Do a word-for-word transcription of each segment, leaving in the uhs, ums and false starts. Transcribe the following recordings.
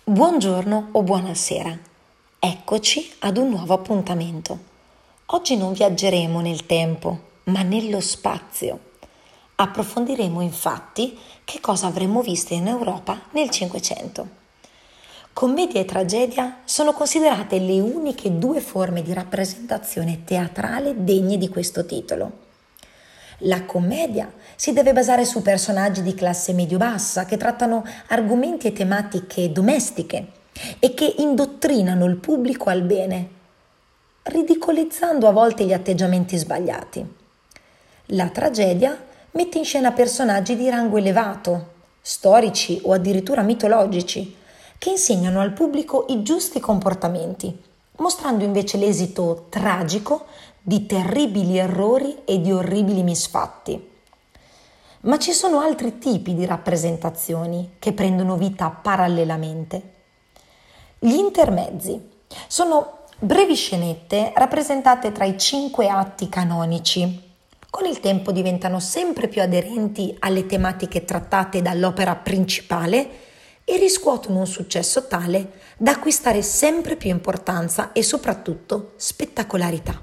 Buongiorno o buonasera, eccoci ad un nuovo appuntamento. Oggi non viaggeremo nel tempo, ma nello spazio. Approfondiremo infatti che cosa avremmo visto in Europa nel Cinquecento. Commedia e tragedia sono considerate le uniche due forme di rappresentazione teatrale degne di questo titolo. La commedia si deve basare su personaggi di classe medio-bassa che trattano argomenti e tematiche domestiche e che indottrinano il pubblico al bene, ridicolizzando a volte gli atteggiamenti sbagliati. La tragedia mette in scena personaggi di rango elevato, storici o addirittura mitologici, che insegnano al pubblico i giusti comportamenti, mostrando invece l'esito tragico di terribili errori e di orribili misfatti. Ma ci sono altri tipi di rappresentazioni che prendono vita parallelamente. Gli intermezzi sono brevi scenette rappresentate tra i cinque atti canonici. Con il tempo diventano sempre più aderenti alle tematiche trattate dall'opera principale e riscuotono un successo tale da acquistare sempre più importanza e soprattutto spettacolarità.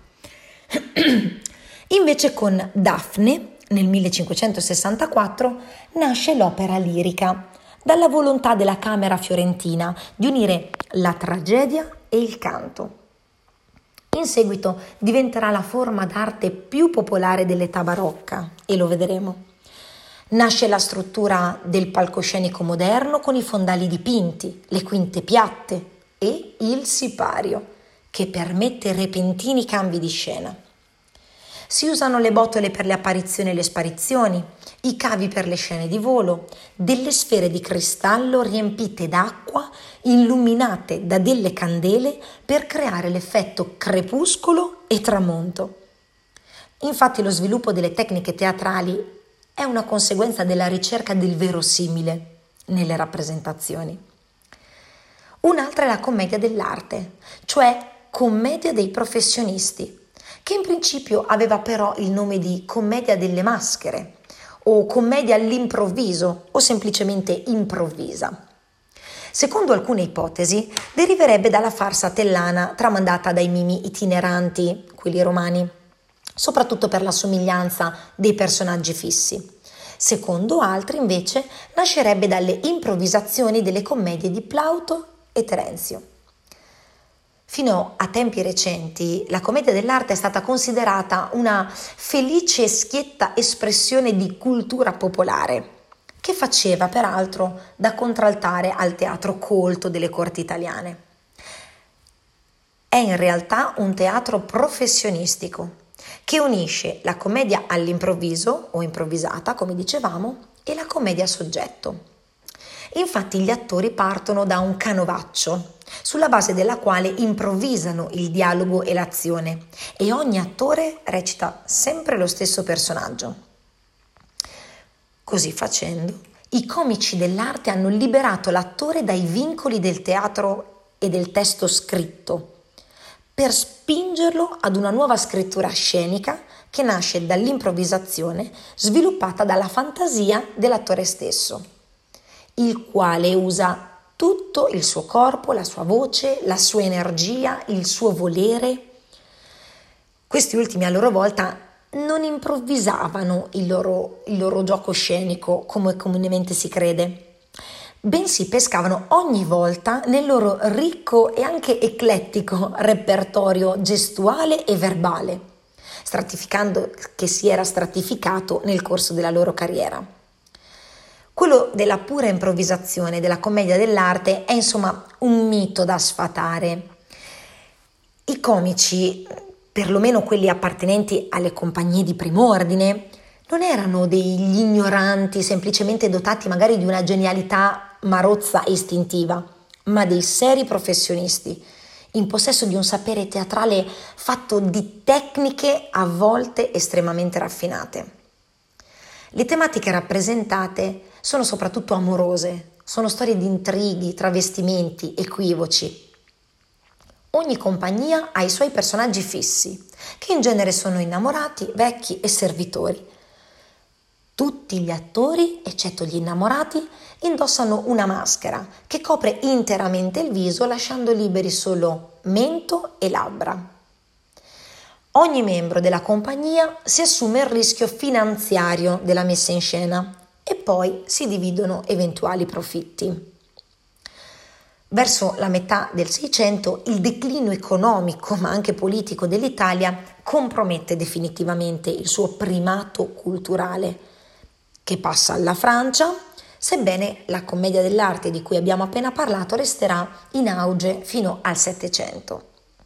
Invece con Dafne, nel millecinquecentosessantaquattro, nasce l'opera lirica, dalla volontà della Camera fiorentina di unire la tragedia e il canto. In seguito diventerà la forma d'arte più popolare dell'età barocca, e lo vedremo. Nasce la struttura del palcoscenico moderno con i fondali dipinti, le quinte piatte e il sipario, che permette repentini cambi di scena. Si usano le botole per le apparizioni e le sparizioni, i cavi per le scene di volo, delle sfere di cristallo riempite d'acqua, illuminate da delle candele per creare l'effetto crepuscolo e tramonto. Infatti lo sviluppo delle tecniche teatrali è una conseguenza della ricerca del verosimile nelle rappresentazioni. Un'altra è la commedia dell'arte, cioè commedia dei professionisti, che in principio aveva però il nome di commedia delle maschere o commedia all'improvviso o semplicemente improvvisa. Secondo alcune ipotesi deriverebbe dalla farsa atellana tramandata dai mimi itineranti, quelli romani, soprattutto per la somiglianza dei personaggi fissi. Secondo altri invece nascerebbe dalle improvvisazioni delle commedie di Plauto e Terenzio. Fino a tempi recenti la commedia dell'arte è stata considerata una felice e schietta espressione di cultura popolare, che faceva peraltro da contraltare al teatro colto delle corti italiane. È in realtà un teatro professionistico che unisce la commedia all'improvviso o improvvisata, come dicevamo, e la commedia a soggetto. Infatti gli attori partono da un canovaccio, sulla base della quale improvvisano il dialogo e l'azione, e ogni attore recita sempre lo stesso personaggio. Così facendo, i comici dell'arte hanno liberato l'attore dai vincoli del teatro e del testo scritto, per spingerlo ad una nuova scrittura scenica che nasce dall'improvvisazione sviluppata dalla fantasia dell'attore stesso, il quale usa tutto il suo corpo, la sua voce, la sua energia, il suo volere. Questi ultimi a loro volta non improvvisavano il loro, il loro gioco scenico come comunemente si crede, bensì pescavano ogni volta nel loro ricco e anche eclettico repertorio gestuale e verbale, stratificando che si era stratificato nel corso della loro carriera. Quello della pura improvvisazione, della commedia dell'arte, è insomma un mito da sfatare. I comici, perlomeno quelli appartenenti alle compagnie di prim'ordine, non erano degli ignoranti semplicemente dotati magari di una genialità marozza e istintiva, ma dei seri professionisti, in possesso di un sapere teatrale fatto di tecniche a volte estremamente raffinate. Le tematiche rappresentate sono soprattutto amorose, sono storie di intrighi, travestimenti, equivoci. Ogni compagnia ha i suoi personaggi fissi, che in genere sono innamorati, vecchi e servitori. Tutti gli attori, eccetto gli innamorati, indossano una maschera che copre interamente il viso, lasciando liberi solo mento e labbra. Ogni membro della compagnia si assume il rischio finanziario della messa in scena e poi si dividono eventuali profitti. Verso la metà del Seicento il declino economico ma anche politico dell'Italia compromette definitivamente il suo primato culturale, che passa alla Francia, sebbene la commedia dell'arte di cui abbiamo appena parlato resterà in auge fino al Settecento.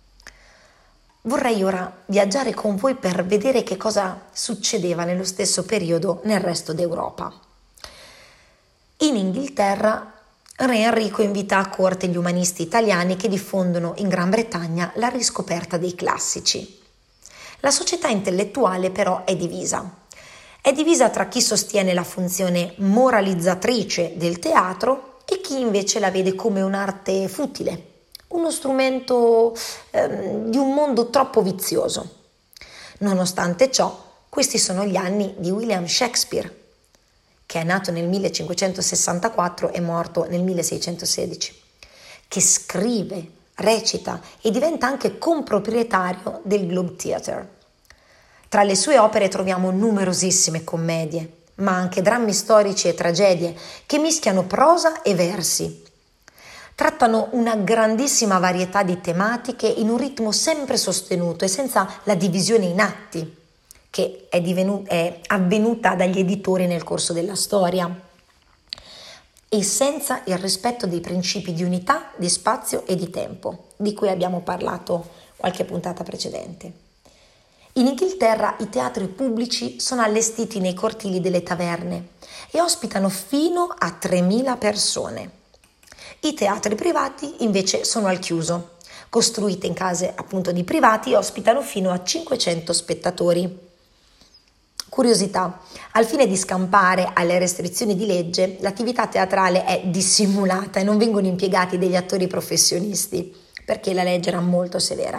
Vorrei ora viaggiare con voi per vedere che cosa succedeva nello stesso periodo nel resto d'Europa. In Inghilterra, Re Enrico invita a corte gli umanisti italiani che diffondono in Gran Bretagna la riscoperta dei classici. La società intellettuale però è divisa. È divisa tra chi sostiene la funzione moralizzatrice del teatro e chi invece la vede come un'arte futile, uno strumento ehm, di un mondo troppo vizioso. Nonostante ciò, questi sono gli anni di William Shakespeare, che è nato nel millecinquecentosessantaquattro e morto nel milleseicentosedici, che scrive, recita e diventa anche comproprietario del Globe Theatre. Tra le sue opere troviamo numerosissime commedie, ma anche drammi storici e tragedie che mischiano prosa e versi. Trattano una grandissima varietà di tematiche in un ritmo sempre sostenuto e senza la divisione in atti, che è, divenuta, è avvenuta dagli editori nel corso della storia, e senza il rispetto dei principi di unità, di spazio e di tempo, di cui abbiamo parlato qualche puntata precedente. In Inghilterra i teatri pubblici sono allestiti nei cortili delle taverne e ospitano fino a tremila persone. I teatri privati invece sono al chiuso, costruite in case appunto di privati, ospitano fino a cinquecento spettatori. Curiosità: al fine di scampare alle restrizioni di legge, l'attività teatrale è dissimulata e non vengono impiegati degli attori professionisti, perché la legge era molto severa.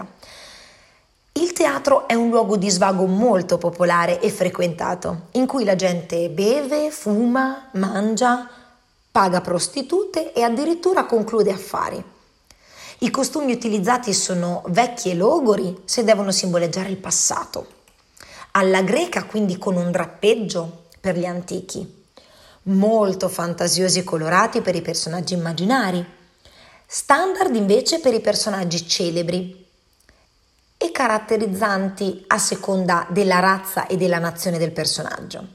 Il teatro è un luogo di svago molto popolare e frequentato, in cui la gente beve, fuma, mangia, paga prostitute e addirittura conclude affari. I costumi utilizzati sono vecchi e logori se devono simboleggiare il passato. Alla greca, quindi, con un drappeggio per gli antichi, molto fantasiosi e colorati per i personaggi immaginari, standard invece per i personaggi celebri e caratterizzanti a seconda della razza e della nazione del personaggio.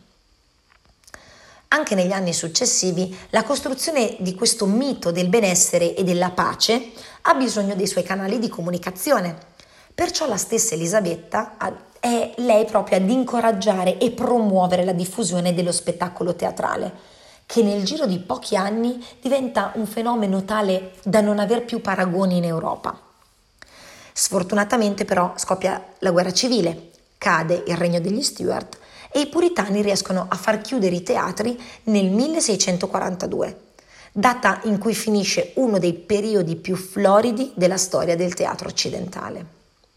Anche negli anni successivi la costruzione di questo mito del benessere e della pace ha bisogno dei suoi canali di comunicazione. Perciò la stessa Elisabetta è lei proprio ad incoraggiare e promuovere la diffusione dello spettacolo teatrale, che nel giro di pochi anni diventa un fenomeno tale da non aver più paragoni in Europa. Sfortunatamente però scoppia la guerra civile, cade il regno degli Stuart e i puritani riescono a far chiudere i teatri nel milleseicentoquarantadue, data in cui finisce uno dei periodi più floridi della storia del teatro occidentale.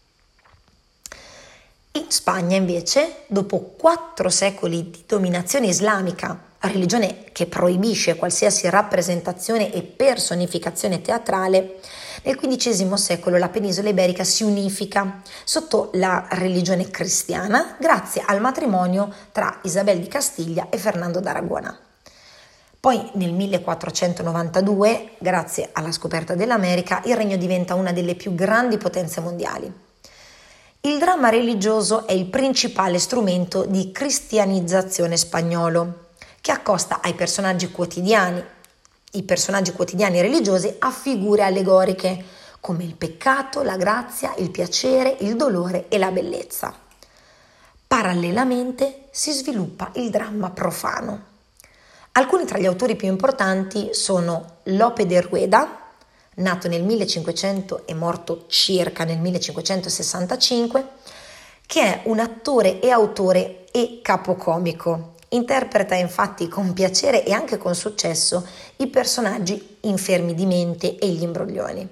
In Spagna invece, dopo quattro secoli di dominazione islamica, religione che proibisce qualsiasi rappresentazione e personificazione teatrale, nel quindicesimo secolo la penisola iberica si unifica sotto la religione cristiana grazie al matrimonio tra Isabel di Castiglia e Fernando d'Aragona. Poi nel millequattrocentonovantadue, grazie alla scoperta dell'America, il regno diventa una delle più grandi potenze mondiali. Il dramma religioso è il principale strumento di cristianizzazione spagnolo, che accosta ai personaggi quotidiani, i personaggi quotidiani religiosi a figure allegoriche, come il peccato, la grazia, il piacere, il dolore e la bellezza. Parallelamente si sviluppa il dramma profano. Alcuni tra gli autori più importanti sono Lope de Rueda, nato nel millecinquecento e morto circa nel millecinquecentosessantacinque, che è un attore e autore e capocomico. Interpreta infatti con piacere e anche con successo i personaggi infermi di mente e gli imbroglioni.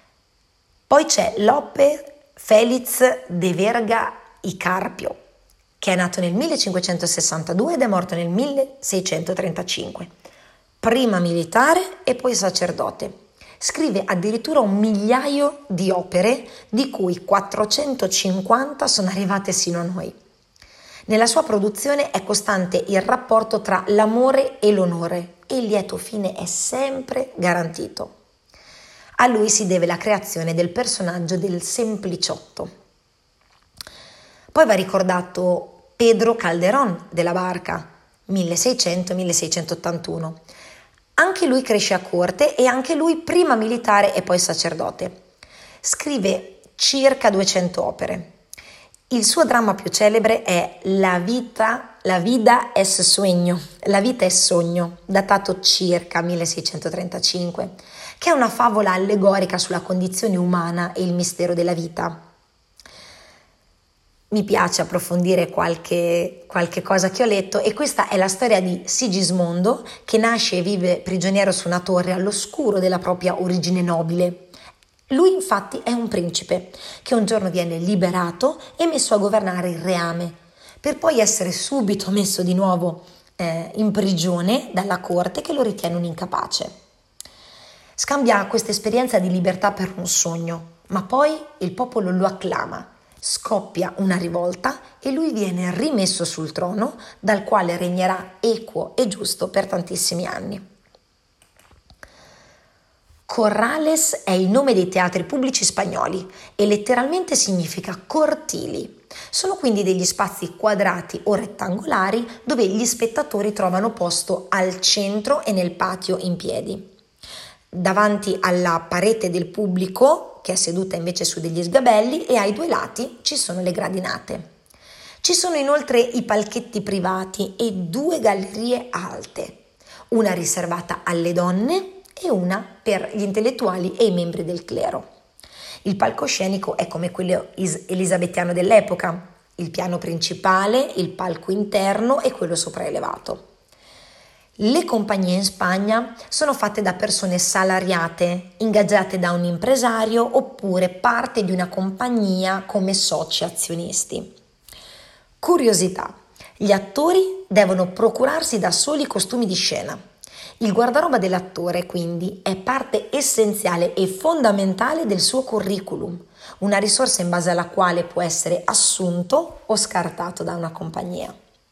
Poi c'è Lope Félix de Verga y Carpio, che è nato nel millecinquecentosessantadue ed è morto nel milleseicentotrentacinque. Prima militare e poi sacerdote. Scrive addirittura un migliaio di opere, di cui quattrocentocinquanta sono arrivate sino a noi. Nella sua produzione è costante il rapporto tra l'amore e l'onore e il lieto fine è sempre garantito. A lui si deve la creazione del personaggio del sempliciotto. Poi va ricordato Pedro Calderón della Barca, milleseicento milleseicentottantuno. Anche lui cresce a corte e anche lui prima militare e poi sacerdote. Scrive circa duecento opere. Il suo dramma più celebre è La vita, la vida es sueño, La vita è sogno, datato circa milleseicentotrentacinque, che è una favola allegorica sulla condizione umana e il mistero della vita. Mi piace approfondire qualche, qualche cosa che ho letto e questa è la storia di Sigismondo, che nasce e vive prigioniero su una torre all'oscuro della propria origine nobile. Lui infatti è un principe che un giorno viene liberato e messo a governare il reame, per poi essere subito messo di nuovo eh, in prigione dalla corte che lo ritiene un incapace. Scambia questa esperienza di libertà per un sogno, ma poi il popolo lo acclama, scoppia una rivolta e lui viene rimesso sul trono dal quale regnerà equo e giusto per tantissimi anni. Corrales è il nome dei teatri pubblici spagnoli e letteralmente significa cortili. Sono quindi degli spazi quadrati o rettangolari dove gli spettatori trovano posto al centro e nel patio in piedi. Davanti alla parete del pubblico, che è seduta invece su degli sgabelli, e ai due lati ci sono le gradinate. Ci sono inoltre i palchetti privati e due gallerie alte, una riservata alle donne e una per gli intellettuali e i membri del clero. Il palcoscenico è come quello elisabettiano dell'epoca, il piano principale, il palco interno e quello sopraelevato. Le compagnie in Spagna sono fatte da persone salariate, ingaggiate da un impresario oppure parte di una compagnia come soci azionisti. Curiosità: gli attori devono procurarsi da soli i costumi di scena. Il guardaroba dell'attore, quindi, è parte essenziale e fondamentale del suo curriculum, una risorsa in base alla quale può essere assunto o scartato da una compagnia.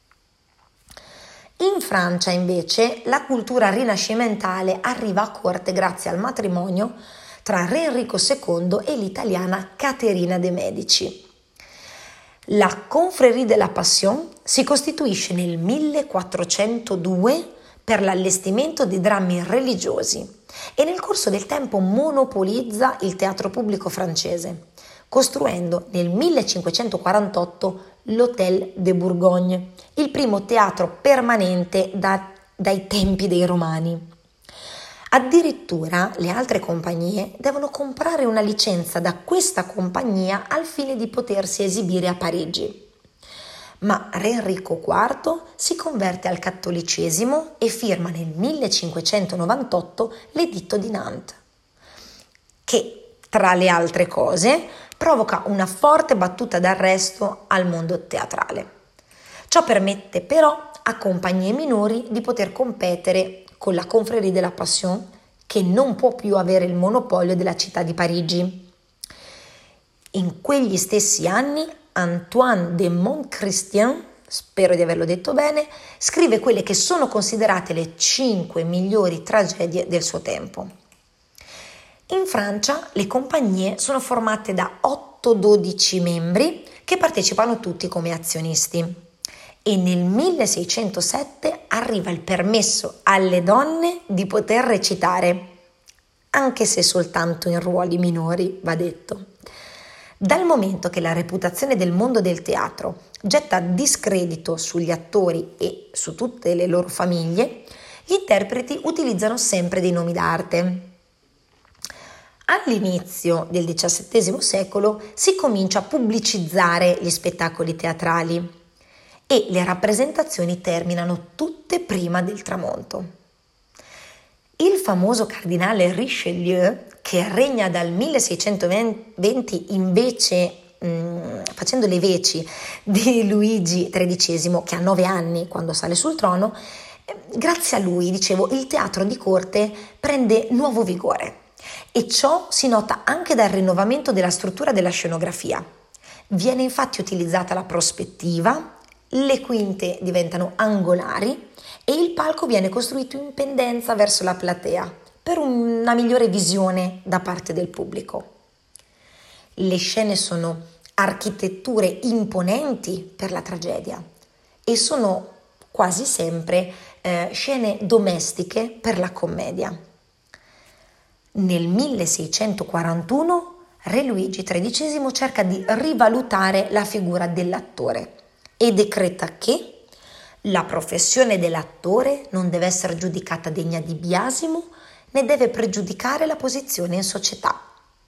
In Francia, invece, la cultura rinascimentale arriva a corte grazie al matrimonio tra Re Enrico secondo e l'italiana Caterina de' Medici. La Confrérie de la Passion si costituisce nel millequattrocentodue per l'allestimento di drammi religiosi e nel corso del tempo monopolizza il teatro pubblico francese, costruendo nel millecinquecentoquarantotto l'Hôtel de Bourgogne, il primo teatro permanente da, dai tempi dei Romani. Addirittura le altre compagnie devono comprare una licenza da questa compagnia al fine di potersi esibire a Parigi. Ma Re Enrico quarto si converte al cattolicesimo e firma nel millecinquecentonovantotto l'Editto di Nantes, che, tra le altre cose, provoca una forte battuta d'arresto al mondo teatrale. Ciò permette però a compagnie minori di poter competere con la Confrérie de la Passion, che non può più avere il monopolio della città di Parigi. In quegli stessi anni Antoine de Montchrestien, spero di averlo detto bene, scrive quelle che sono considerate le cinque migliori tragedie del suo tempo. In Francia le compagnie sono formate da otto dodici membri che partecipano tutti come azionisti e nel milleseicentosette arriva il permesso alle donne di poter recitare, anche se soltanto in ruoli minori, va detto. Dal momento che la reputazione del mondo del teatro getta discredito sugli attori e su tutte le loro famiglie, gli interpreti utilizzano sempre dei nomi d'arte. All'inizio del diciassettesimo secolo si comincia a pubblicizzare gli spettacoli teatrali e le rappresentazioni terminano tutte prima del tramonto. Il famoso cardinale Richelieu, che regna dal milleseicentoventi invece mh, facendo le veci di Luigi tredicesimo, che ha nove anni quando sale sul trono, eh, grazie a lui, dicevo, il teatro di corte prende nuovo vigore e ciò si nota anche dal rinnovamento della struttura della scenografia. Viene infatti utilizzata la prospettiva, le quinte diventano angolari e il palco viene costruito in pendenza verso la platea per una migliore visione da parte del pubblico. Le scene sono architetture imponenti per la tragedia e sono quasi sempre eh, scene domestiche per la commedia. Nel milleseicentoquarantuno Re Luigi tredicesimo cerca di rivalutare la figura dell'attore e decreta che la professione dell'attore non deve essere giudicata degna di biasimo né deve pregiudicare la posizione in società.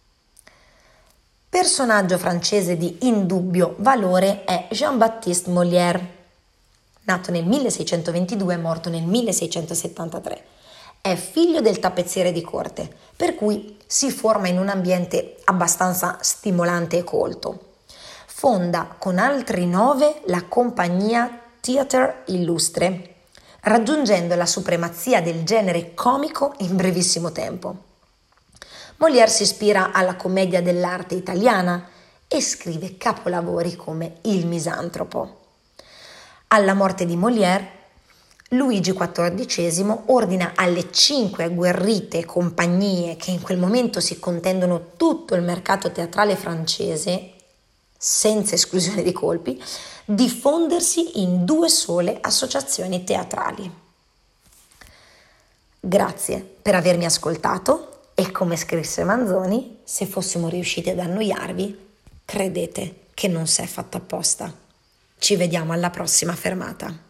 Personaggio francese di indubbio valore è Jean-Baptiste Molière, nato nel milleseicentoventidue e morto nel milleseicentosettantatré. È figlio del tappezziere di corte, per cui si forma in un ambiente abbastanza stimolante e colto. Fonda con altri nove la compagnia Theatre Illustre, raggiungendo la supremazia del genere comico in brevissimo tempo. Molière si ispira alla commedia dell'arte italiana e scrive capolavori come Il Misantropo. Alla morte di Molière, Luigi quattordicesimo ordina alle cinque agguerrite compagnie che in quel momento si contendono tutto il mercato teatrale francese, senza esclusione di colpi, di fondersi in due sole associazioni teatrali. Grazie per avermi ascoltato e, come scrisse Manzoni, se fossimo riusciti ad annoiarvi, credete che non s'è fatto apposta. Ci vediamo alla prossima fermata.